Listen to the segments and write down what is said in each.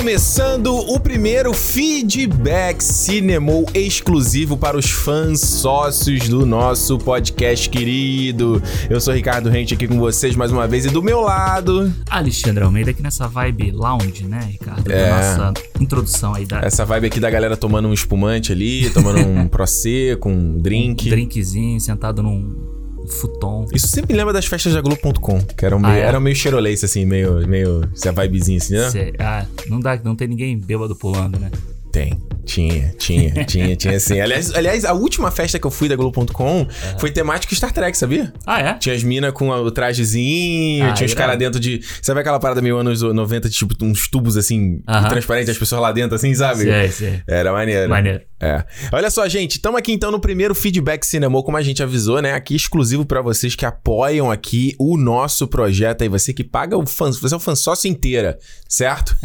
começando o primeiro Feedback Cinemou exclusivo para os fãs sócios do nosso podcast querido. Eu sou Ricardo Rente aqui com vocês mais uma vez e do meu lado... Alexandre Almeida aqui nessa vibe lounge, né, Ricardo? Da nossa introdução aí. Essa vibe aqui da galera tomando um espumante ali, tomando um prosecco, um drink. Um drinkzinho, sentado num futon. Isso sempre me lembra das festas da Globo.com, que eram meio cheirolês, assim, meio essa vibezinha assim, né? Não tem ninguém bêbado pulando, né? Tinha assim. Aliás, a última festa que eu fui da Globo.com foi temática Star Trek, sabia? Ah, é? Tinha as minas com o trajezinho, tinha os caras dentro de... Sabe aquela parada meio anos 90, tipo, uns tubos assim, transparentes, as pessoas lá dentro, assim, sabe? Sei. Era maneiro. Olha só, gente, estamos aqui então no primeiro Feedback Cinemou, como a gente avisou, né? Aqui exclusivo pra vocês que apoiam aqui o nosso projeto aí, você que paga você é o fã sócio inteira, certo?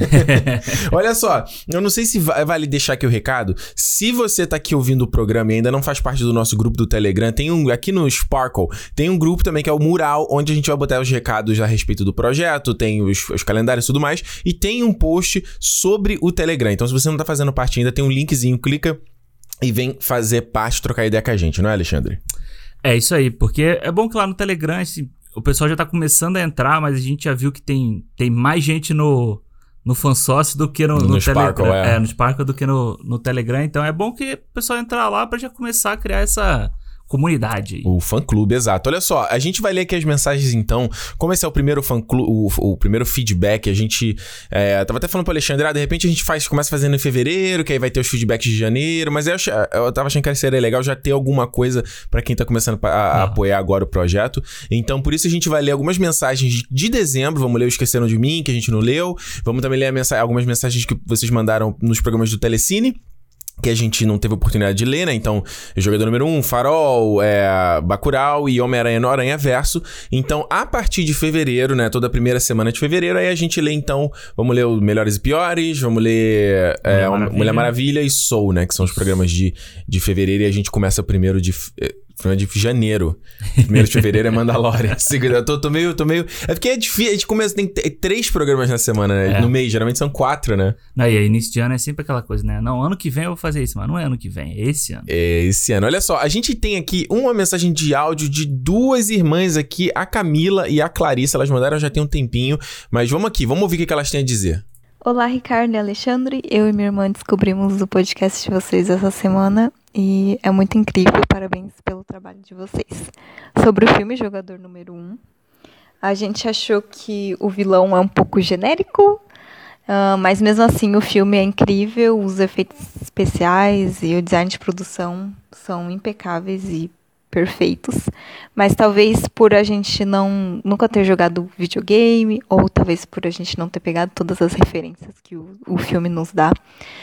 Olha só, eu não sei se vale deixar aqui o recado. Se você tá aqui ouvindo o programa e ainda não faz parte do nosso grupo do Telegram, aqui no Sparkle, tem um grupo também que é o Mural, onde a gente vai botar os recados a respeito do projeto, tem os calendários e tudo mais, e tem um post sobre o Telegram. Então, se você não tá fazendo parte ainda, tem um linkzinho, clica e vem fazer parte, trocar ideia com a gente, não é, Alexandre? É isso aí, porque é bom que lá no Telegram, assim, o pessoal já tá começando a entrar, mas a gente já viu que tem mais gente no fansócio do que no Sparkle, Telegram. No Sparkle do que no Telegram. Então é bom que o pessoal entrar lá pra já começar a criar essa comunidade. O fã-clube, exato. Olha só, a gente vai ler aqui as mensagens então. Como esse é o primeiro fã-clube, o primeiro feedback, a gente... tava até falando pro Alexandre, de repente a gente começa fazendo em fevereiro, que aí vai ter os feedbacks de janeiro, mas eu tava achando que seria legal já ter alguma coisa pra quem tá começando a apoiar agora o projeto. Então, por isso a gente vai ler algumas mensagens de dezembro, vamos ler o Esqueceram de Mim, que a gente não leu. Vamos também ler algumas mensagens que vocês mandaram nos programas do Telecine, que a gente não teve oportunidade de ler, né? Então, Jogador Número 1, Farol, Bacurau e Homem-Aranha no Aranhaverso. Então, a partir de fevereiro, né? Toda a primeira semana de fevereiro, aí a gente lê, então... Vamos ler o Melhores e Piores, vamos ler Mulher Maravilha e Soul, né? Que são os programas de fevereiro, e a gente começa o primeiro de janeiro. Primeiro de fevereiro é Mandalorian. Eu tô meio... É porque é difícil. A gente começa... Tem 3 programas na semana, né? No mês. Geralmente são 4, né? Não, e aí, início de ano é sempre aquela coisa, né? Não, ano que vem eu vou fazer isso. Mas não é ano que vem. É esse ano. É esse ano. Olha só. A gente tem aqui uma mensagem de áudio de 2 irmãs aqui. A Camila e a Clarissa. Elas mandaram já tem um tempinho. Mas vamos aqui. Vamos ouvir o que elas têm a dizer. Olá, Ricardo e Alexandre. Eu e minha irmã descobrimos o podcast de vocês essa semana e é muito incrível. Parabéns pelo trabalho de vocês. Sobre o filme Jogador Número 1, a gente achou que o vilão é um pouco genérico, mas mesmo assim o filme é incrível, os efeitos especiais e o design de produção são impecáveis e perfeitos, mas talvez por a gente nunca ter jogado videogame, ou talvez por a gente não ter pegado todas as referências que o filme nos dá,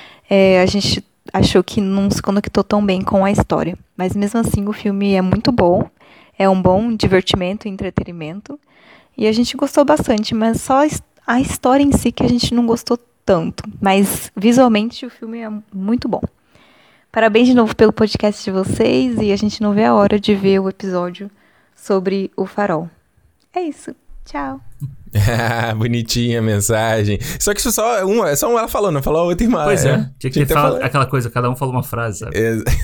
a gente achou que não se conectou tão bem com a história. Mas mesmo assim o filme é muito bom, é um bom divertimento e entretenimento, e a gente gostou bastante, mas só a história em si que a gente não gostou tanto, mas visualmente o filme é muito bom. Parabéns de novo pelo podcast de vocês e a gente não vê a hora de ver o episódio sobre o Farol. É isso. Tchau. Bonitinha a mensagem. Só que isso só uma ela falou, não falou a outra irmã. Pois é. Tinha que ter falado aquela coisa, cada um falou uma frase, sabe?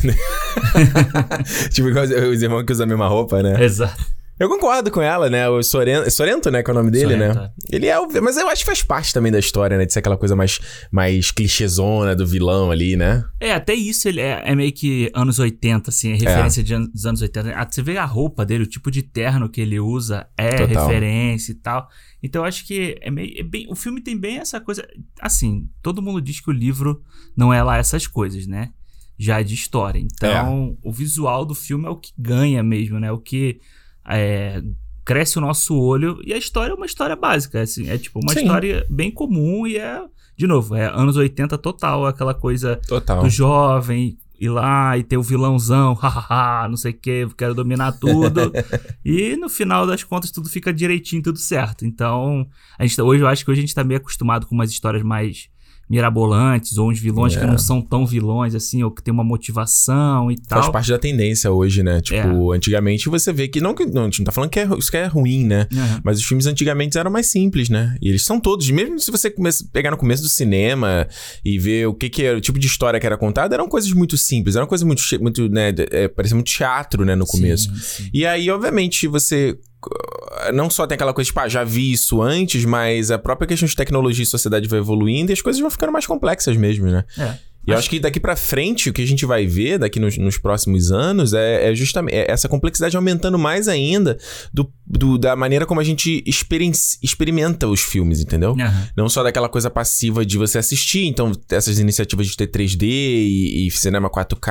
Tipo igual os irmãos que usam a mesma roupa, né? Exato. Eu concordo com ela, né? O Sorrento, né? Que é o nome dele, Sorrento, né? Ele mas eu acho que faz parte também da história, né? De ser aquela coisa mais clichêzona do vilão ali, né? Até isso ele é meio que anos 80, assim, é referência dos anos 80. Você vê a roupa dele, o tipo de terno que ele usa Total. Referência e tal. Então eu acho que o filme tem bem essa coisa... Assim, todo mundo diz que o livro não é lá essas coisas, né? Já é de história. Então, o visual do filme é o que ganha mesmo, né? O que... cresce o nosso olho, e a história é uma história básica, assim, é tipo uma história bem comum e de novo, anos 80 total, aquela coisa do jovem ir lá e ter o vilãozão, não sei o que, quero dominar tudo, e no final das contas tudo fica direitinho, tudo certo. Então, hoje eu acho que a gente tá meio acostumado com umas histórias mais mirabolantes, ou uns vilões que não são tão vilões, assim, ou que tem uma motivação e tal. Faz parte da tendência hoje, né? Tipo, antigamente você vê que... Não, a gente não tá falando que isso que é ruim, né? Mas os filmes antigamente eram mais simples, né? E eles são todos... Mesmo se você pegar no começo do cinema e ver o que era, o tipo de história que era contada, eram coisas muito simples. Eram coisas muito né? Parecia muito teatro, né? No começo. Sim. E aí, obviamente, você... Não só tem aquela coisa, tipo, já vi isso antes, mas a própria questão de tecnologia e sociedade vai evoluindo e as coisas vão ficando mais complexas mesmo, né? E eu acho que daqui pra frente, o que a gente vai ver daqui nos próximos anos é justamente essa complexidade aumentando mais ainda da maneira como a gente experimenta os filmes, entendeu? Não só daquela coisa passiva de você assistir, então essas iniciativas de ter 3D e cinema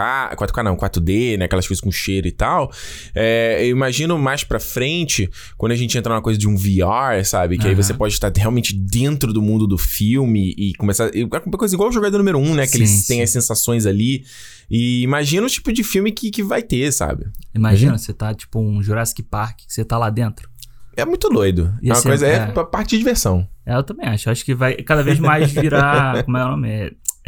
4D, né? Aquelas coisas com cheiro e tal. Eu imagino mais pra frente, quando a gente entra numa coisa de um VR, sabe? Que aí você pode estar realmente dentro do mundo do filme e começar... Uma coisa igual o Jogador Número 1, né? Que eles têm as sensações ali. E imagina o tipo de filme que vai ter, sabe? Imagina, você tá tipo um Jurassic Park, que você tá lá dentro. É muito doido. É uma coisa, pra parte de diversão. Eu também acho. Acho que vai cada vez mais virar... Como é o nome?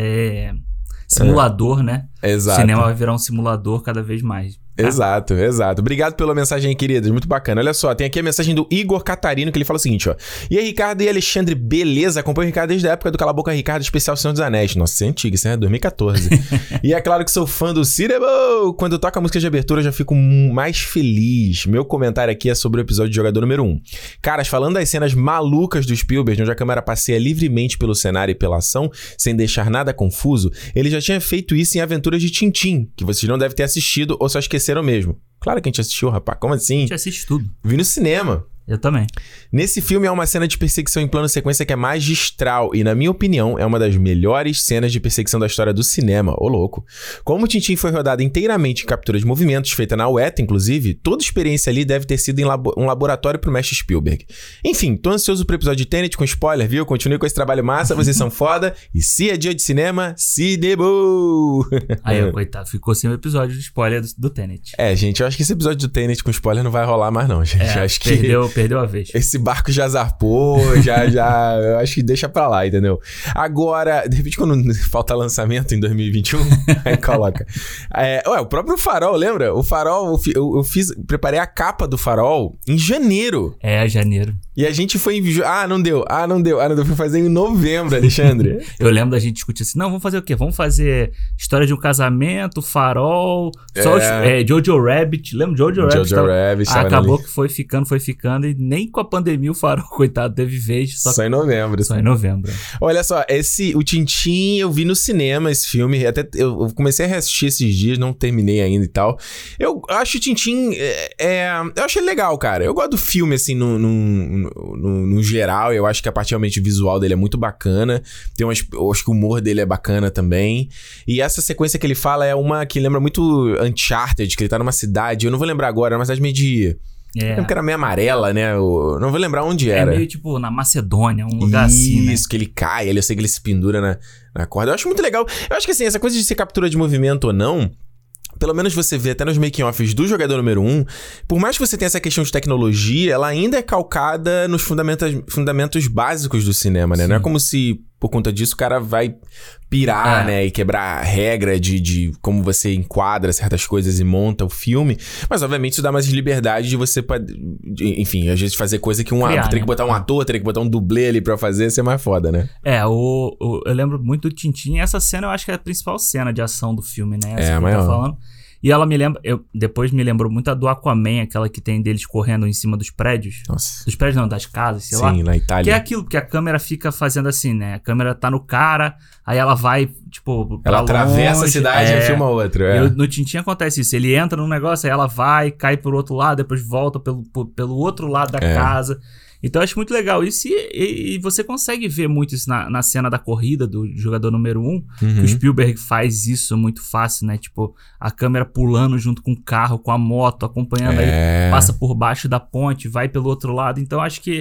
Simulador, né? Exato. O cinema vai virar um simulador cada vez mais. Exato. Obrigado pela mensagem aí, queridas. Muito bacana. Olha só, tem aqui a mensagem do Igor Catarino, que ele fala o seguinte, ó. E aí, Ricardo e Alexandre, beleza? Acompanho o Ricardo desde a época do Cala a Boca Ricardo, especial Senhor dos Anéis. Nossa, isso é antigo, isso é 2014. E é claro que sou fã do cinema. Quando toca a música de abertura, eu já fico mais feliz. Meu comentário aqui é sobre o episódio de Jogador Número 1. Caras, falando das cenas malucas do Spielberg, onde a câmera passeia livremente pelo cenário e pela ação, sem deixar nada confuso, ele já tinha feito isso em Aventuras de Tintim, que vocês não devem ter assistido ou só esqueceram mesmo. Claro que a gente assistiu, rapaz. Como assim? A gente assiste tudo. Vi no cinema. Eu também. Nesse filme há uma cena de perseguição em plano sequência que é magistral e, na minha opinião, é uma das melhores cenas de perseguição da história do cinema. Ô, louco. Como o Tintim foi rodado inteiramente em captura de movimentos, feita na UETA, inclusive, toda experiência ali deve ter sido em um laboratório pro mestre Spielberg. Enfim, tô ansioso pro episódio de Tenet com spoiler, viu? Continue com esse trabalho massa, vocês são foda. E se é dia de cinema, cinema! Aí, coitado, ficou sem o episódio de spoiler do Tenet. Gente, eu acho que esse episódio do Tenet com spoiler não vai rolar mais não, gente. Acho que... Perdeu a vez. Esse barco já zarpou, eu acho que deixa pra lá, entendeu? Agora, de repente quando falta lançamento em 2021, aí coloca. O próprio Farol, lembra? O Farol, preparei a capa do Farol em janeiro. Janeiro. E a gente foi em... não deu. Foi fazer em novembro, Alexandre. Eu lembro da gente discutir assim, não, vamos fazer o quê? Vamos fazer história de um casamento, Farol, Jojo Rabbit. Lembra Jojo Rabbit? Jojo Rabbit. Acabou que foi ficando e nem com a pandemia o Farol, coitado, teve vez. Só em novembro. Só em novembro. Olha só, o Tintim eu vi no cinema, esse filme. Até eu comecei a reassistir esses dias, não terminei ainda e tal. Eu acho o Tintim... eu achei legal, cara. Eu gosto do filme, assim, no geral. Eu acho que a parte realmente visual dele é muito bacana. Eu acho que o humor dele é bacana também. E essa sequência que ele fala é uma que lembra muito Uncharted, que ele tá numa cidade... Eu não vou lembrar agora, é uma cidade meio de... Lembro que era meio amarela, né? Eu não vou lembrar onde era. É meio tipo na Macedônia, um lugar assim, né? Isso, que ele cai, eu sei que ele se pendura na corda. Eu acho muito legal. Eu acho que assim, essa coisa de ser captura de movimento ou não... Pelo menos você vê até nos making-offs do Jogador Número 1, por mais que você tenha essa questão de tecnologia, ela ainda é calcada nos fundamentos básicos do cinema, né? Sim. Não é como se, por conta disso, o cara vai pirar, né? E quebrar a regra de como você enquadra certas coisas e monta o filme. Mas, obviamente, isso dá mais liberdade de você, enfim, às vezes fazer coisa que teria que botar um ator, teria que botar um dublê ali pra fazer, ser mais foda, né? Eu lembro muito do Tintim. Essa cena eu acho que é a principal cena de ação do filme, né? Essa que maior. Tá falando. E ela me lembra... depois me lembrou muito a do Aquaman, aquela que tem deles correndo em cima dos prédios. Nossa. Dos prédios não, das casas, sei lá. Sim, na Itália. Que é aquilo, porque a câmera fica fazendo assim, né? A câmera tá no cara, aí ela vai, tipo, ela atravessa a cidade e filma outro. No Tintim acontece isso. Ele entra num negócio, aí ela vai, cai pro outro lado, depois volta pelo outro lado da casa. Então eu acho muito legal isso e você consegue ver muito isso na cena da corrida do Jogador Número 1, que o Spielberg faz isso muito fácil, né? Tipo, a câmera pulando junto com o carro, com a moto, acompanhando aí, passa por baixo da ponte, vai pelo outro lado. Então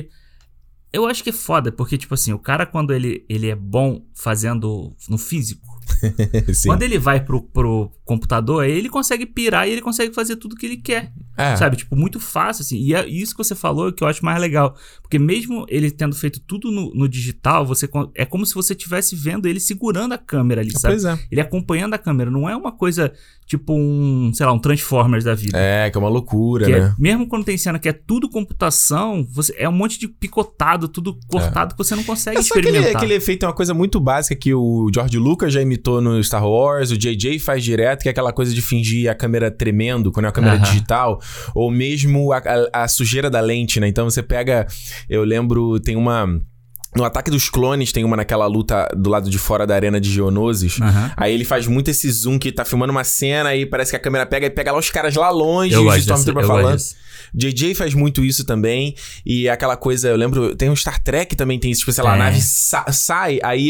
eu acho que é foda, porque tipo assim, o cara quando ele é bom fazendo no físico, quando ele vai pro computador, aí ele consegue pirar e ele consegue fazer tudo que ele quer. Sabe? Tipo, muito fácil, assim. E é isso que você falou que eu acho mais legal. Porque mesmo ele tendo feito tudo no digital, é como se você estivesse vendo ele segurando a câmera ali, sabe? Pois é. Ele acompanhando a câmera. Não é uma coisa tipo um Transformers da vida. Que é uma loucura, né? Mesmo quando tem cena que é tudo computação, é um monte de picotado, tudo cortado que você não consegue experimentar. Aquele efeito é uma coisa muito básica que o George Lucas já imitou no Star Wars, o JJ faz direto, que é aquela coisa de fingir a câmera tremendo quando é uma câmera digital, ou mesmo a sujeira da lente, né? Então você pega, eu lembro, tem uma... No Ataque dos Clones tem uma naquela luta do lado de fora da arena de Geonosis. Aí ele faz muito esse zoom que tá filmando uma cena e parece que a câmera pega lá os caras lá longe, os Stormtroopers falando. JJ faz muito isso também. E aquela coisa, eu lembro, tem um Star Trek também tem isso, tipo, sei lá, a nave sai, aí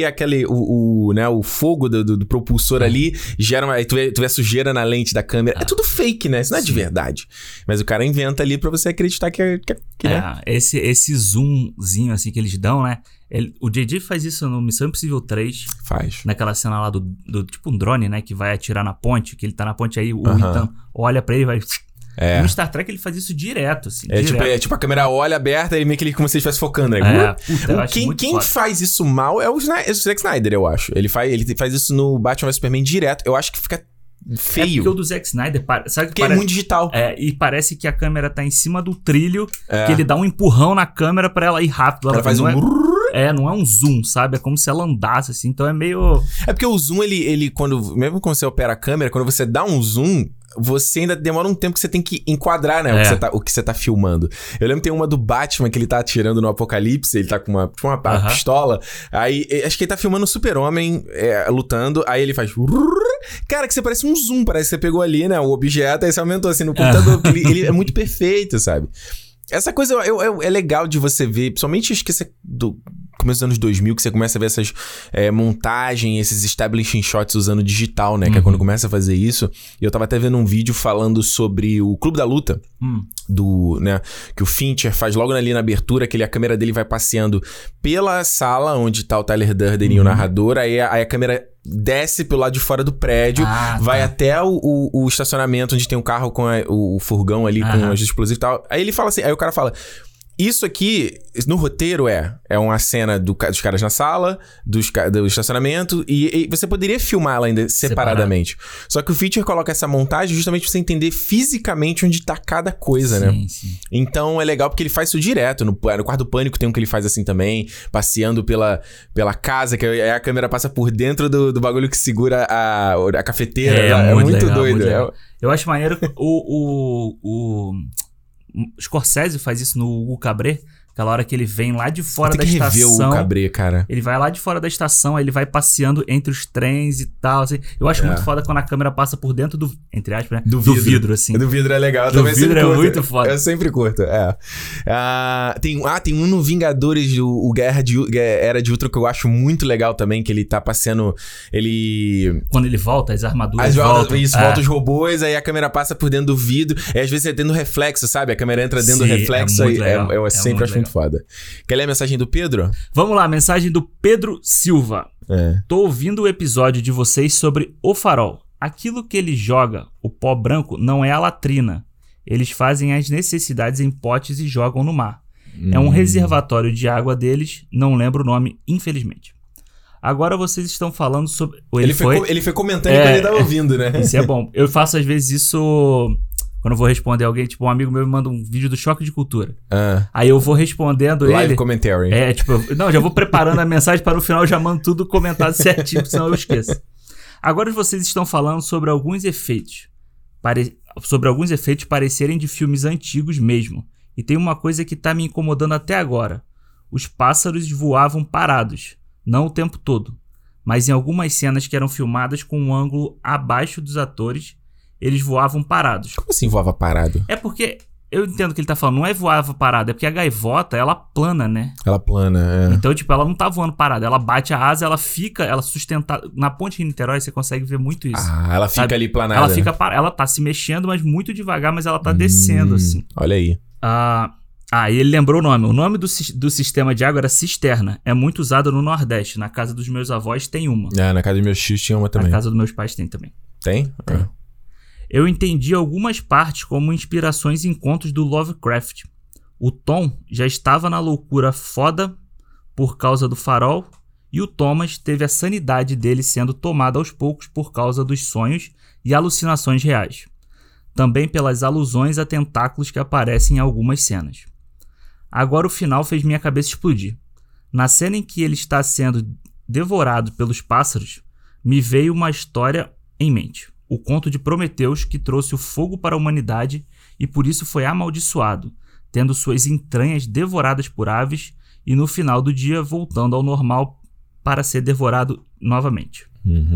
o fogo do propulsor ali gera aí tu vê a sujeira na lente da câmera. É tudo fake, né? Isso não é de verdade. Mas o cara inventa ali pra você acreditar que né? Esse zoomzinho assim que eles dão, né? O JJ faz isso no Missão Impossível 3. Faz. Naquela cena lá do tipo um drone, né? Que vai atirar na ponte, que ele tá na ponte aí, o Ethan olha pra ele e vai... No Star Trek ele faz isso direto, assim. Tipo a câmera olha aberta e meio que ele como se ele estivesse focando, né? Quem faz isso mal é o Zack Snyder, eu acho. Ele faz isso no Batman vs Superman direto. Eu acho que fica feio. É porque o do Zack Snyder, sabe que é muito digital. E parece que a câmera tá em cima do trilho, que ele dá um empurrão na câmera pra ela ir rápido. Ela faz não é um zoom, sabe? É como se ela andasse, assim. Então é meio... É porque o zoom, ele mesmo quando você opera a câmera, quando você dá um zoom, você ainda demora um tempo que você tem que enquadrar, né? O que você tá filmando. Eu lembro que tem uma do Batman que ele tá atirando no Apocalipse, ele tá com uma pistola. Aí, acho que ele tá filmando o Super-Homem lutando, aí ele faz... Cara, que você parece um zoom, parece que você pegou ali, né? O objeto, aí você aumentou assim no computador. Ele é muito perfeito, sabe? Essa coisa é legal de você ver, principalmente acho que do começo dos anos 2000, que você começa a ver essas montagens, esses establishing shots usando digital, né? Que é quando começa a fazer isso. E eu tava até vendo um vídeo falando sobre o Clube da Luta, né? Que o Fincher faz logo ali na abertura, que a câmera dele vai passeando pela sala onde tá o Tyler Durden e o narrador, aí a câmera desce pelo lado de fora do prédio, vai até o estacionamento onde tem um carro com o furgão ali com os explosivos e tal. Aí ele fala assim, aí o cara fala... Isso aqui, no roteiro é uma cena dos caras na sala, do estacionamento, e você poderia filmar ela ainda separadamente. Só que o Fincher coloca essa montagem justamente pra você entender fisicamente onde tá cada coisa, né? Sim. Então é legal porque ele faz isso direto. No Quarto do Pânico tem um que ele faz assim também, passeando pela casa, que aí a câmera passa por dentro do bagulho que segura a cafeteira. É muito legal, doido. Eu acho maneiro o Scorsese faz isso no Hugo Cabret, aquela hora que ele vem lá de fora da estação. Tem que rever o Cabret, cara. Ele vai lá de fora da estação, aí ele vai passeando entre os trens e tal, assim. Eu acho muito foda quando a câmera passa por dentro do, entre aspas, né? Do vidro, assim. Do vidro é legal. Do vidro é muito foda. Eu sempre curto, tem um no Vingadores, o Era de Ultron, que eu acho muito legal também, que ele tá passeando, quando ele volta, as armaduras voltam. Isso, volta os robôs, aí a câmera passa por dentro do vidro, e às vezes é dentro do reflexo, sabe? A câmera entra dentro do reflexo, aí eu sempre acho muito foda. Quer ler a mensagem do Pedro? Vamos lá, mensagem do Pedro Silva. Tô ouvindo o episódio de vocês sobre o farol. Aquilo que ele joga, o pó branco, não é a latrina. Eles fazem as necessidades em potes e jogam no mar. É um reservatório de água deles, não lembro o nome, infelizmente. Agora vocês estão falando sobre... Ele foi comentando quando ele tava ouvindo, né? Isso é bom. Eu faço às vezes isso... Quando eu vou responder alguém, tipo, um amigo meu me manda um vídeo do Choque de Cultura. Aí eu vou respondendo Live commentary. Já vou preparando a mensagem para no final eu já mando tudo comentado certinho, senão eu esqueço. Agora vocês estão falando sobre alguns efeitos. Sobre alguns efeitos parecerem de filmes antigos mesmo. E tem uma coisa que tá me incomodando até agora. Os pássaros voavam parados. Não o tempo todo. Mas em algumas cenas que eram filmadas com um ângulo abaixo dos atores... Eles voavam parados. Como assim voava parado? É porque, eu entendo o que ele tá falando, não é voava parado, é porque a gaivota, ela plana, né? Ela plana, Então, tipo, ela não tá voando parada, ela bate a asa, ela sustenta... Na ponte de Niterói, você consegue ver muito isso. Ela fica ali planada. Ela tá se mexendo, mas muito devagar, mas ela tá descendo, assim. Olha aí. E ele lembrou o nome. O nome do sistema de água era cisterna. É muito usado no Nordeste. Na casa dos meus avós tem uma. Na casa dos meus tios tinha uma também. Na casa dos meus pais tem também. Tem? Tem. Eu entendi algumas partes como inspirações em contos do Lovecraft. O Tom já estava na loucura foda por causa do farol e o Thomas teve a sanidade dele sendo tomada aos poucos por causa dos sonhos e alucinações reais. Também pelas alusões a tentáculos que aparecem em algumas cenas. Agora o final fez minha cabeça explodir. Na cena em que ele está sendo devorado pelos pássaros, me veio uma história em mente. O conto de Prometeus que trouxe o fogo para a humanidade e por isso foi amaldiçoado, tendo suas entranhas devoradas por aves e no final do dia voltando ao normal para ser devorado novamente.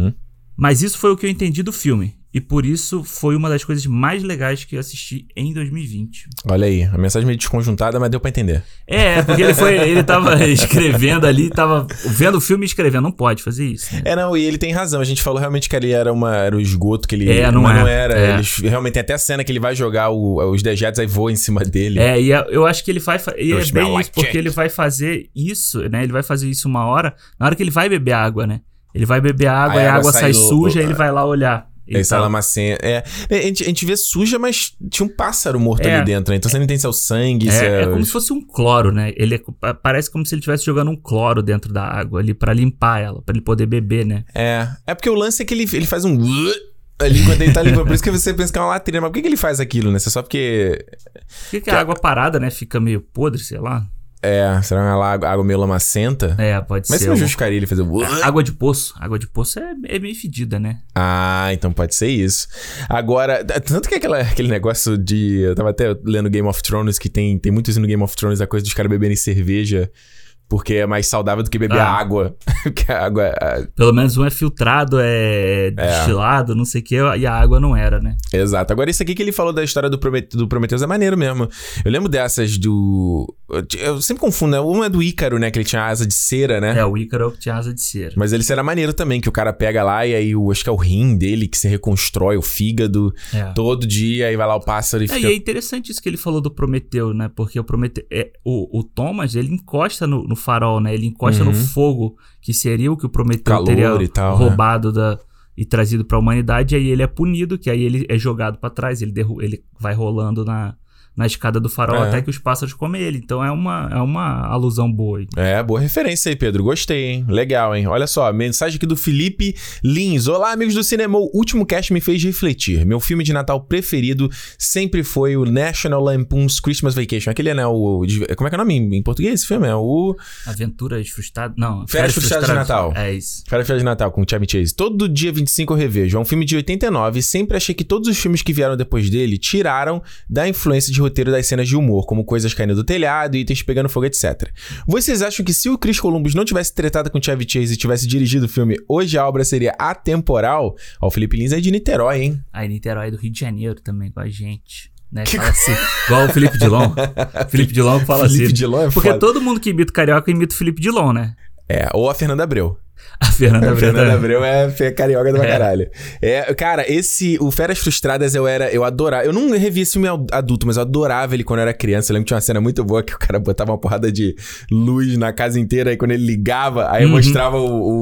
Mas isso foi o que eu entendi do filme. E por isso foi uma das coisas mais legais que eu assisti em 2020. Olha aí, a mensagem meio desconjuntada, mas deu pra entender. Porque ele tava escrevendo ali, tava vendo o filme e escrevendo. Não pode fazer isso. Né? Não, e ele tem razão. A gente falou realmente que ali era o esgoto que ele... não era. Eles, realmente tem até a cena que ele vai jogar os dejetos, aí voa em cima dele. Eu acho que ele vai... E é bem isso, porque ele vai fazer isso, né? Ele vai fazer isso uma hora, na hora que ele vai beber água, né? Ele vai beber água, a água sai suja, ele vai lá olhar. Essa lamacena. A gente vê suja, mas tinha um pássaro morto ali dentro, né? Então você não entende se é o sangue, é como se fosse um cloro, né? Parece como se ele estivesse jogando um cloro dentro da água ali pra limpar ela, pra ele poder beber, né? É porque o lance é que ele faz um... ali quando ele tá limpando. Por isso que você pensa que é uma latrina. Mas por que ele faz aquilo, né? Só porque... Por que a água parada, né? Fica meio podre, sei lá. Será uma água meio lamacenta? Pode ser. Mas você não justificaria ele fazer... Água de poço. Água de poço é meio fedida, né? Então pode ser isso. Agora, tanto que aquele negócio de... Eu tava até lendo Game of Thrones, que tem muito isso no Game of Thrones, a coisa dos caras beberem cerveja... Porque é mais saudável do que beber água. Porque a água... Pelo menos um é filtrado, é destilado, não sei o que, e a água não era, né? Exato. Agora, isso aqui que ele falou da história do Prometheus é maneiro mesmo. Eu lembro dessas do... Eu sempre confundo, né? Uma é do Ícaro, né? Que ele tinha asa de cera, né? O Ícaro tinha asa de cera. Mas ele era maneiro também, que o cara pega lá e aí acho que é o rim dele que se reconstrói, o fígado, todo dia, aí vai lá o pássaro e fica... E é interessante isso que ele falou do Prometeu, né? Porque o Prometeu... o Thomas, ele encosta no farol, né? Ele encosta no fogo, que seria o que o Prometeu teria roubado e trazido pra humanidade, e aí ele é punido, que aí ele é jogado pra trás, ele vai rolando na escada do farol até que os pássaros comem ele. Então é uma alusão boa aí. Boa referência aí, Pedro. Gostei, hein? Legal, hein? Olha só, mensagem aqui do Felipe Lins. Olá, amigos do Cinema. O último cast me fez refletir. Meu filme de Natal preferido sempre foi o National Lampoon's Christmas Vacation. Aquele, né? Como é que é o nome em português esse filme? É o... Aventuras Frustradas... Não. Férias Frustradas de Natal. É isso. Férias Frustradas de Natal com o Chevy Chase. Todo dia 25 eu revejo. É um filme de 89 e sempre achei que todos os filmes que vieram depois dele tiraram da influência de roteiro das cenas de humor, como coisas caindo do telhado, itens pegando fogo, etc. Vocês acham que se o Chris Columbus não tivesse tretado com o Chevy Chase e tivesse dirigido o filme, hoje a obra seria atemporal? O Felipe Lins é de Niterói, hein? Niterói é do Rio de Janeiro também, com a gente. Né? Fala assim, igual o Felipe Dilon. Felipe Dilon fala assim. Felipe Dilon é porque foda. Todo mundo que imita o carioca imita o Felipe Dilon, né? Ou a Fernanda Abreu. A Fernanda Abreu é carioca do caralho. Cara, o Férias Frustradas eu adorava. Eu não revi esse filme adulto, mas eu adorava ele quando eu era criança. Eu lembro que tinha uma cena muito boa que o cara botava uma porrada de luz na casa inteira e quando ele ligava, aí mostrava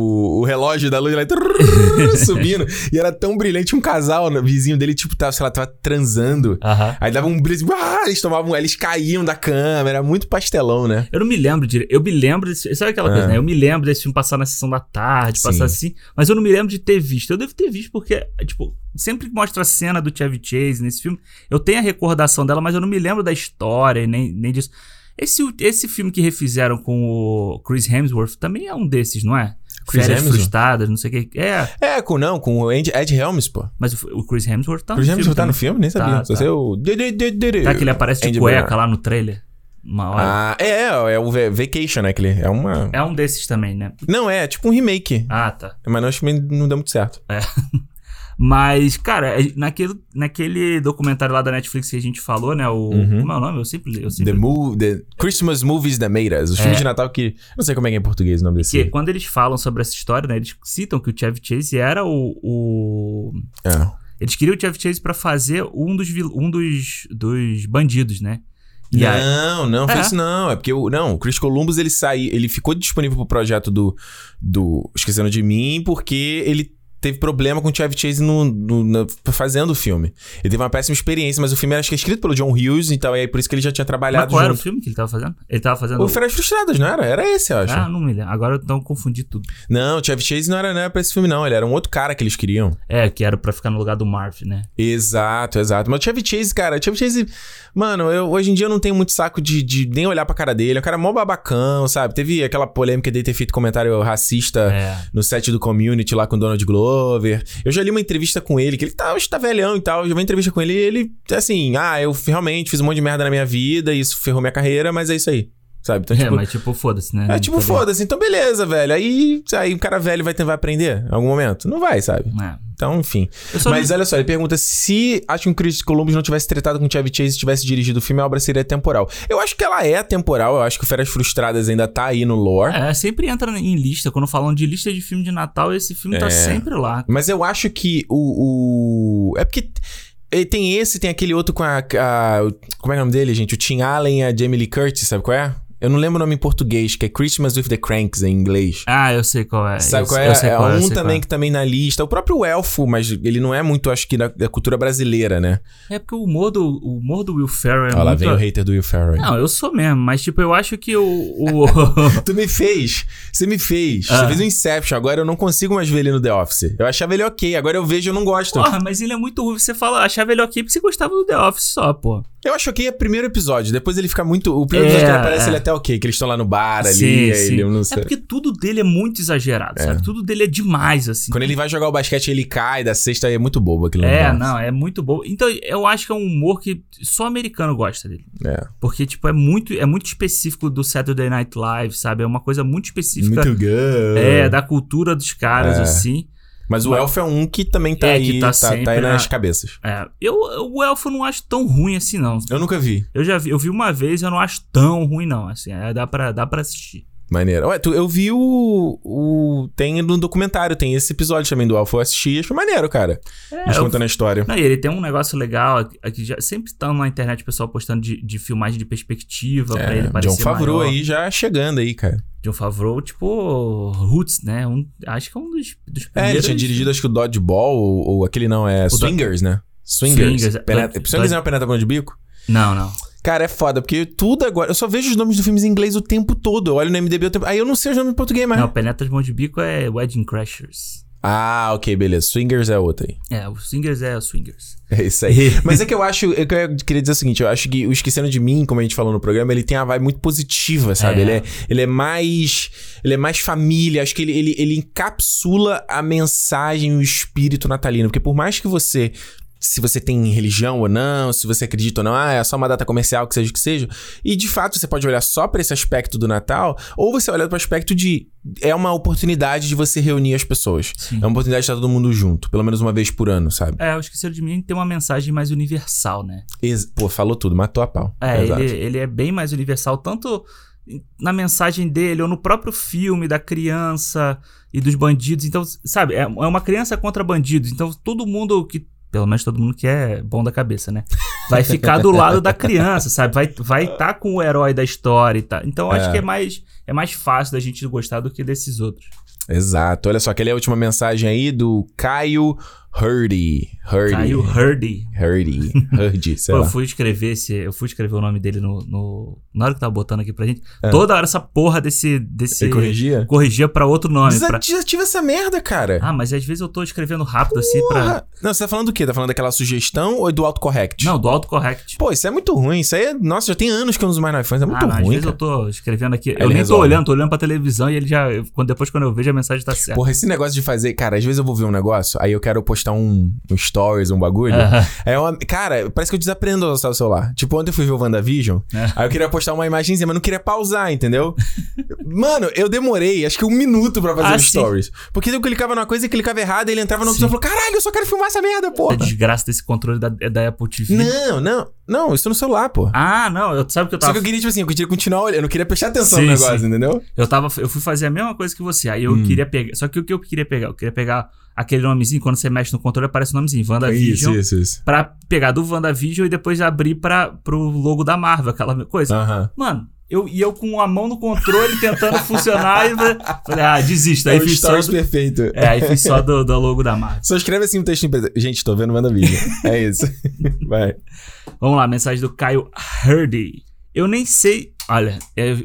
o relógio da luz lá subindo. E era tão brilhante, um casal vizinho dele, tipo, tava transando. Aí dava um brilho, eles caíam da cama, era muito pastelão, né? Eu não me lembro eu me lembro desse, sabe aquela coisa, né? Eu me lembro desse filme passar na sessão da tarde, passar assim, mas eu não me lembro de ter visto. Eu devo ter visto porque, tipo, sempre que mostra a cena do Chevy Chase nesse filme, eu tenho a recordação dela, mas eu não me lembro da história, nem disso. Esse filme que refizeram com o Chris Hemsworth também é um desses, não é? Férias Frustradas, não sei o que. Com o Ed Helms, pô. Mas o Chris Hemsworth tá no filme. Chris Hemsworth tá no filme? Nem sabia. Tá que ele aparece de cueca lá no trailer. Uma hora. É o Vacation, né? É um desses também, né? Não, é tipo um remake. Tá. Mas acho que não deu muito certo. Mas, cara, naquele documentário lá da Netflix que a gente falou, né? Como é o nome? Eu sempre... The Christmas Movies That Made Us. Os filmes de Natal que... Não sei como é que é em português o nome desse. Porque quando eles falam sobre essa história, né? Eles citam que o Chevy Chase era Eles queriam o Chevy Chase pra fazer um dos bandidos, né? Não foi isso não. É porque o Chris Columbus ele ficou disponível pro projeto do Esquecendo de Mim porque ele teve problema com o Chevy Chase fazendo o filme. Ele teve uma péssima experiência, mas o filme acho que é escrito pelo John Hughes, então é por isso que ele já tinha trabalhado Mas qual junto. era o filme que ele tava fazendo? Ele tava fazendo... O Férias Frustradas, não era? Era esse, eu acho. Ah, não me lembro. Agora eu não confundi tudo. Não, o Chevy Chase não era pra esse filme, não. Ele era um outro cara que eles queriam. Que era pra ficar no lugar do Marv, né? Exato. Mas o Chevy Chase, cara... Mano, hoje em dia eu não tenho muito saco de nem olhar pra cara dele. É um cara mó babacão, sabe? Teve aquela polêmica de ter feito comentário racista no set do Community lá com o Donald Glover. Eu já li uma entrevista com ele, que ele tá velhão e tal. Eu já vi uma entrevista com ele e ele, assim... eu realmente fiz um monte de merda na minha vida e isso ferrou minha carreira, mas é isso aí. Sabe? Então, mas foda-se, né? Foda-se. Então, beleza, velho. Aí o cara velho vai aprender em algum momento? Não vai, sabe? Então, enfim. Mas olha só, ele pergunta se acha que o Chris Columbus não tivesse tretado com o Chevy Chase e tivesse dirigido o filme, a obra seria temporal. Eu acho que ela é temporal. Eu acho que o Férias Frustradas ainda tá aí no lore. Sempre entra em lista. Quando falam de lista de filme de Natal, esse filme tá sempre lá. Mas eu acho que É porque... Tem aquele outro com a... Como é o nome dele, gente? O Tim Allen e a Jamie Lee Curtis, sabe qual é? Eu não lembro o nome em português, que é Christmas with the Cranks em inglês. Eu sei qual é. Sabe qual é? Que também na lista. O próprio Elfo, mas ele não é muito, acho que, da cultura brasileira, né? É porque o humor do Will Ferrell é muito... lá vem o hater do Will Ferrell. Não, eu sou mesmo, mas eu acho que Você me fez. Você fez o Inception, agora eu não consigo mais ver ele no The Office. Eu achava ele ok, agora eu vejo e eu não gosto. Porra, mas ele é muito ruim. Você achava ele ok porque você gostava do The Office só, pô. Eu acho ok o primeiro episódio, depois ele fica muito... O primeiro episódio que ele aparece, ele é até ok, que eles estão lá no bar ali, ele, eu não sei. É porque tudo dele é muito exagerado, sabe? Tudo dele é demais, assim. Quando ele vai jogar o basquete, ele cai da cesta, é muito bobo aquilo. É muito bobo. Então, eu acho que é um humor que só americano gosta dele. Porque, é muito específico do Saturday Night Live, sabe? É uma coisa muito específica. Muito good. Da cultura dos caras, assim. Mas o Elfo é um que também tá aí, tá aí nas cabeças. O Elfo eu não acho tão ruim assim, não. Eu nunca vi. Eu vi uma vez, eu não acho tão ruim, não. Assim, dá pra assistir. Maneiro. Eu vi tem no documentário, tem esse episódio também do Elfo. Eu assisti, acho maneiro, cara. Eles contando a história. Não, e ele tem um negócio legal, aqui já sempre tá na internet o pessoal postando de filmagem de perspectiva pra ele parecer John Favreau maior. Aí já chegando aí, cara. John Favreau, Roots, né? Acho que é um dos primeiros... Ele tinha dirigido, acho que o Dodgeball, ou aquele não, Swingers, né? Swingers. Swingers é uma penetração de bico? Não. Cara, é foda, porque tudo agora... Eu só vejo os nomes dos filmes em inglês o tempo todo. Eu olho no MDB o tempo... Aí eu não sei os nomes em português mais. Não, Penetra de Mão de Bico é Wedding Crashers. Ok, beleza. Swingers é outra aí. O Swingers é o Swingers. É isso aí. Mas é que eu acho... Eu queria dizer o seguinte. Eu acho que o Esquecendo de Mim, como a gente falou no programa, ele tem uma vibe muito positiva, sabe? Ele é mais família. Acho que ele encapsula a mensagem, o espírito natalino. Porque por mais que você... Se você tem religião ou não, se você acredita ou não, é só uma data comercial, que seja o que seja. E, de fato, você pode olhar só pra esse aspecto do Natal, ou você olha pro aspecto de... É uma oportunidade de você reunir as pessoas. Sim. É uma oportunidade de estar todo mundo junto, pelo menos uma vez por ano, sabe? O Esqueceram de Mim tem uma mensagem mais universal, né? Falou tudo, matou a pau. Ele é bem mais universal, tanto na mensagem dele, ou no próprio filme da criança e dos bandidos. Então, sabe, é uma criança contra bandidos. Então, todo mundo que... Pelo menos todo mundo que é bom da cabeça, né? Vai ficar do lado da criança, sabe? Vai tá com o herói da história e tal. Então, acho que é mais fácil da gente gostar do que desses outros. Exato. Olha só, aquela é a última mensagem aí do Caio Hurdy. Caio Hurdy, sei lá. Eu fui escrever o nome dele na hora que tava botando aqui pra gente. Toda hora essa porra desse... Você corrigia? Corrigia pra outro nome. Desativa essa merda, cara. Mas às vezes eu tô escrevendo rápido assim pra... Não, você tá falando do quê? Tá falando daquela sugestão ou do autocorrect? Não, do autocorrect. Pô, isso é muito ruim. Isso aí é... Nossa, já tem anos que eu não uso mais no iPhone. É muito ruim, às vezes cara. eu tô escrevendo aqui... Eu nem tô olhando pra televisão e ele já... Depois quando eu vejo a mensagem tá certa. Porra, esse negócio de fazer... Cara, às vezes eu vou ver um negócio, aí eu quero postar um stories, um bagulho. Cara, parece que eu desaprendo a usar o celular. Tipo, ontem eu fui ver o WandaVision, aí eu queria postar uma imagenzinha, mas não queria pausar, entendeu? Mano, eu demorei acho que 1 minuto pra fazer os stories. Porque eu clicava numa coisa e clicava errado, e ele entrava no opção e falou, caralho, eu só quero filmar essa merda, porra. A desgraça desse controle da Apple TV. Não, isso no celular, pô. Não, sabe o que eu tava... Só que eu queria, tipo assim, eu queria continuar olhando, eu não queria prestar atenção no negócio, entendeu? Eu fui fazer a mesma coisa que você, aí eu queria pegar... Só que o que eu queria pegar? Eu queria pegar aquele nomezinho, quando você mexe no controle, aparece o nomezinho, WandaVision. Isso. Pra pegar do WandaVision e depois abrir pro logo da Marvel, aquela coisa. Mano, eu com a mão no controle tentando funcionar e falei, desisto. Aí fiz só perfeito. Aí fiz só do logo da marca. Só escreve assim um texto em preto. Gente, tô vendo, manda vídeo. É isso. Vai. Vamos lá, mensagem do Caio Hardy. Eu nem sei... Olha,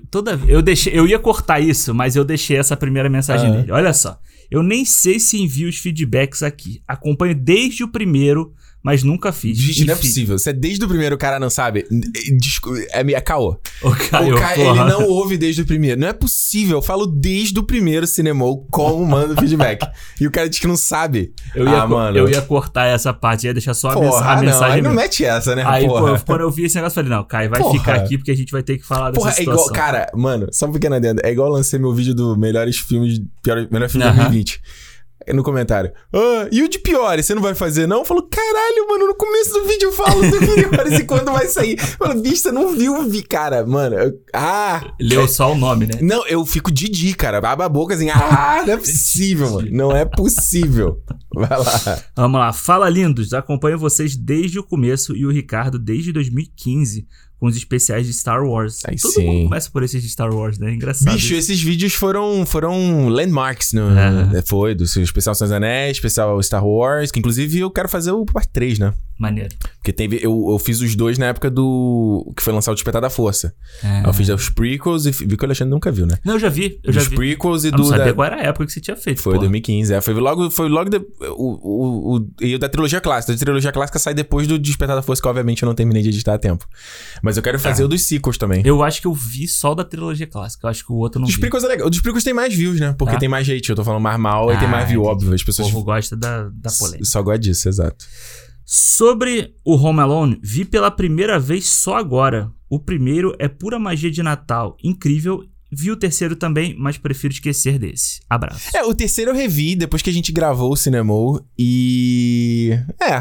eu ia cortar isso, mas eu deixei essa primeira mensagem dele. Olha só. Eu nem sei se envio os feedbacks aqui. Acompanho desde o primeiro, mas nunca fiz. Gente, não é possível. Se é desde o primeiro o cara não sabe, é caô. O Caio, ele não ouve desde o primeiro. Não é possível. Eu falo desde o primeiro Cinemol como manda o feedback. E o cara diz que não sabe. Eu ia cortar essa parte, ia deixar só a mensagem. Aí não mete essa, né? Aí, quando eu vi esse negócio, eu falei, não, Caio, vai ficar aqui porque a gente vai ter que falar dessa situação. É igual, cara, mano, só um pequeno adendo. É igual eu lancei meu vídeo do melhores filmes, melhor filme de 2020. No comentário. E o de piores, você não vai fazer, não? Eu falo, caralho, mano, no começo do vídeo eu falo do piores e quando vai sair. Eu falo, bicho, você não viu, cara, mano. Leu só o nome, né? Não, eu fico Didi, cara. Baba a boca assim, não é possível, mano. Não é possível. Vai lá. Vamos lá. Fala, lindos. Acompanho vocês desde o começo e o Ricardo desde 2015. Com os especiais de Star Wars. Todo mundo começa por esses de Star Wars, né? Engraçado. Bicho, esses vídeos foram landmarks, né? Foi do especial Senhor dos Anéis, especial Star Wars, que inclusive eu quero fazer o parte 3, né? Maneiro. Porque eu fiz os dois na época do... que foi lançado o Despertar da Força. Eu fiz os prequels e vi que o Alexandre nunca viu, né? Não, eu já vi. Os prequels e eu não sabia qual era a época que você tinha feito. Foi 2015, Foi logo e o da trilogia clássica. A trilogia clássica sai depois do Despertar da Força, que obviamente eu não terminei de editar a tempo. Mas eu quero fazer o dos sequels também. Eu acho que eu vi só o da trilogia clássica. Eu acho que o outro não vi. Os prequels é legal. O dos prequels tem mais views, né? Porque tem mais hate. Eu tô falando mais mal e tem mais view, óbvio. As pessoas... O povo gosta da polêmica. Só gosta disso, exato. Sobre o Home Alone, vi pela primeira vez só agora. O primeiro é pura magia de Natal. Incrível. Vi o terceiro também, mas prefiro esquecer desse. Abraço. O terceiro eu revi depois que a gente gravou o Cinemol e...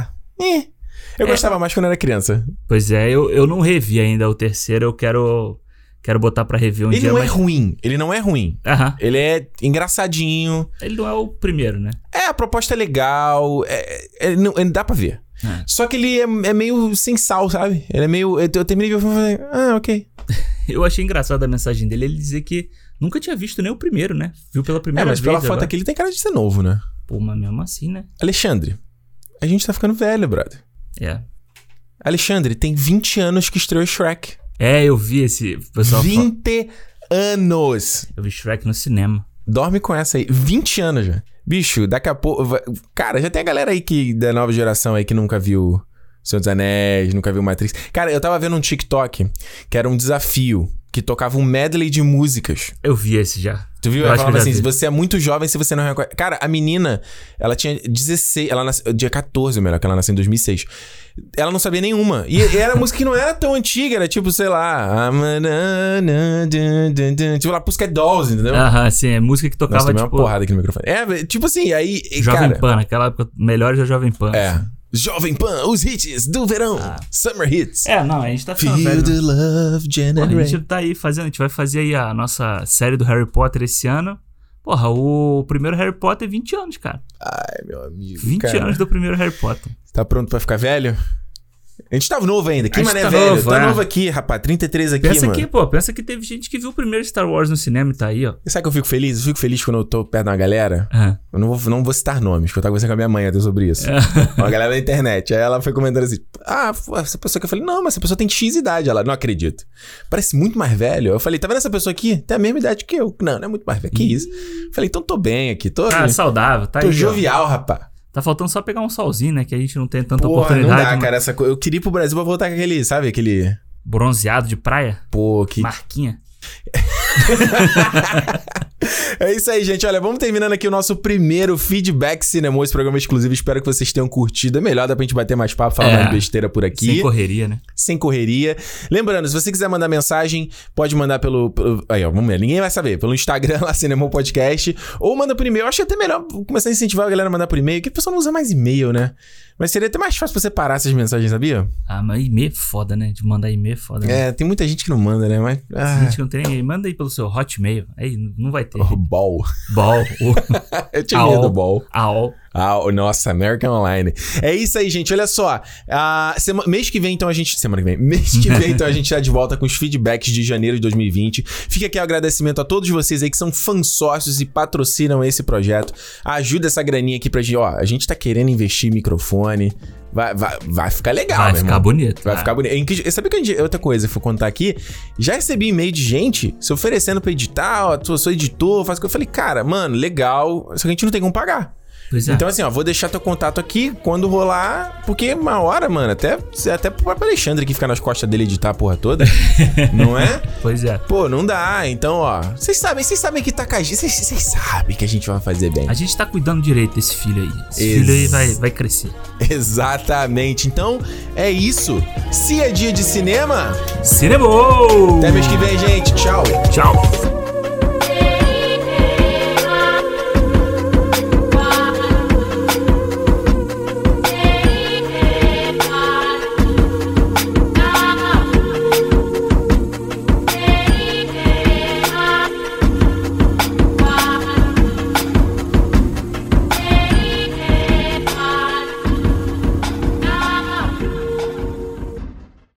Eu gostava mais quando era criança. Pois é, eu não revi ainda o terceiro, eu quero botar pra rever um dia. Ele não é ruim. Ele é engraçadinho. Ele não é o primeiro, né? A proposta é legal, ele dá pra ver. Só que ele é meio sem sal, sabe? Ele é meio... Eu terminei de ver e falei, ok. Eu achei engraçado a mensagem dele, ele dizer que nunca tinha visto nem o primeiro, né? Viu pela primeira vez. Mas pela foto aqui ele tem cara de ser novo, né? Pô, mas mesmo assim, né? Alexandre, a gente tá ficando velho, brother. Alexandre, tem 20 anos que estreou Shrek. Eu vi esse pessoal 20 anos. Eu vi Shrek no cinema. Dorme com essa aí. 20 anos já. Bicho, daqui a pouco... Cara, já tem a galera aí da nova geração aí que nunca viu Senhor dos Anéis, nunca viu Matrix. Cara, eu tava vendo um TikTok que era um desafio, que tocava um medley de músicas. Eu vi esse já. Tu viu? Ela falava assim, você é muito jovem se você não reconhece... Cara, a menina, ela tinha 16... Ela nasceu... Dia 14, melhor, que ela nasceu em 2006. Ela não sabia nenhuma. E era música que não era tão antiga, era tipo, sei lá... Tipo lá, Pussycat Dolls, entendeu? Sim, é música que tocava, Nossa, tipo... uma porrada aqui no microfone. Tipo assim, aí... Jovem Pan, naquela época, melhores da Jovem Pan. Jovem Pan, os hits do verão. Summer hits. Não, a gente tá ficando velho. The love generation. A gente tá aí fazendo, a gente vai fazer aí a nossa série do Harry Potter esse ano. Porra, o primeiro Harry Potter é 20 anos, cara. Ai, meu amigo, 20 anos do primeiro Harry Potter. Tá pronto pra ficar velho? A gente tava novo ainda. Que mané tá velho. Novo, tá novo aqui, rapaz. 33 aqui, pensa mano. Pensa que teve gente que viu o primeiro Star Wars no cinema e tá aí, ó. E sabe que eu fico feliz? Eu fico feliz quando eu tô perto de uma galera. Eu não vou citar nomes, porque eu tava conversando com a minha mãe até sobre isso. Uma galera da internet. Aí ela foi comentando assim, essa pessoa que eu falei, não, mas essa pessoa tem X idade. Ela, não acredito. Parece muito mais velho. Eu falei, tá vendo essa pessoa aqui? Tem a mesma idade que eu. Não é muito mais velho que isso. Eu falei, então tô bem aqui. Tô saudável, tá aí. Tô jovial, rapaz. Tá faltando só pegar um solzinho, né? Que a gente não tem tanta oportunidade. Não dá, cara. Eu queria ir pro Brasil pra voltar com aquele, sabe? Aquele... bronzeado de praia? Que... Marquinha. É isso aí, gente. Olha, vamos terminando aqui o nosso primeiro Feedback Cinema, esse programa exclusivo. Espero que vocês tenham curtido. É melhor, dá pra gente bater mais papo, falar mais besteira por aqui. Sem correria, né? Sem correria. Lembrando, se você quiser mandar mensagem, pode mandar pelo... Aí, ó, vamos ver. Ninguém vai saber. Pelo Instagram, lá, Cinemol Podcast. Ou manda por e-mail. Eu acho até melhor começar a incentivar a galera a mandar por e-mail, que a pessoa não usa mais e-mail, né? Mas seria até mais fácil pra você parar essas mensagens, sabia? Mas e-mail é foda, né? De mandar e-mail é foda, né? Tem muita gente que não manda, né? Mas... Tem gente que não tem... Manda aí pelo seu Hotmail. Aí não vai ter. Ball. Eu tinha medo do Ball. Nossa, American Online. É isso aí, gente. Olha só. Mês que vem, então, a gente tá de volta com os feedbacks de janeiro de 2020. Fica aqui o agradecimento a todos vocês aí que são fãs sócios e patrocinam esse projeto. Ajuda essa graninha aqui pra gente. Ó, a gente tá querendo investir em microfone. Vai ficar legal, vai ficar bonito. Vai ficar bonito. Sabe que outra coisa, vou contar aqui? Já recebi e-mail de gente se oferecendo pra editar, ó, sou editor, faz o que eu falei, cara, mano, legal, só que a gente não tem como pagar. Então, assim, ó, vou deixar teu contato aqui quando rolar, porque uma hora, mano, até pro próprio Alexandre que fica nas costas dele editar a porra toda, não é? Pois é. Pô, não dá. Então, ó, vocês sabem que tá com a gente, vocês sabem que a gente vai fazer bem. A gente tá cuidando direito desse filho aí. Esse filho aí vai crescer. Exatamente. Então, é isso. Se é dia de cinema... Cinema! Até mês que vem, gente. Tchau. Tchau.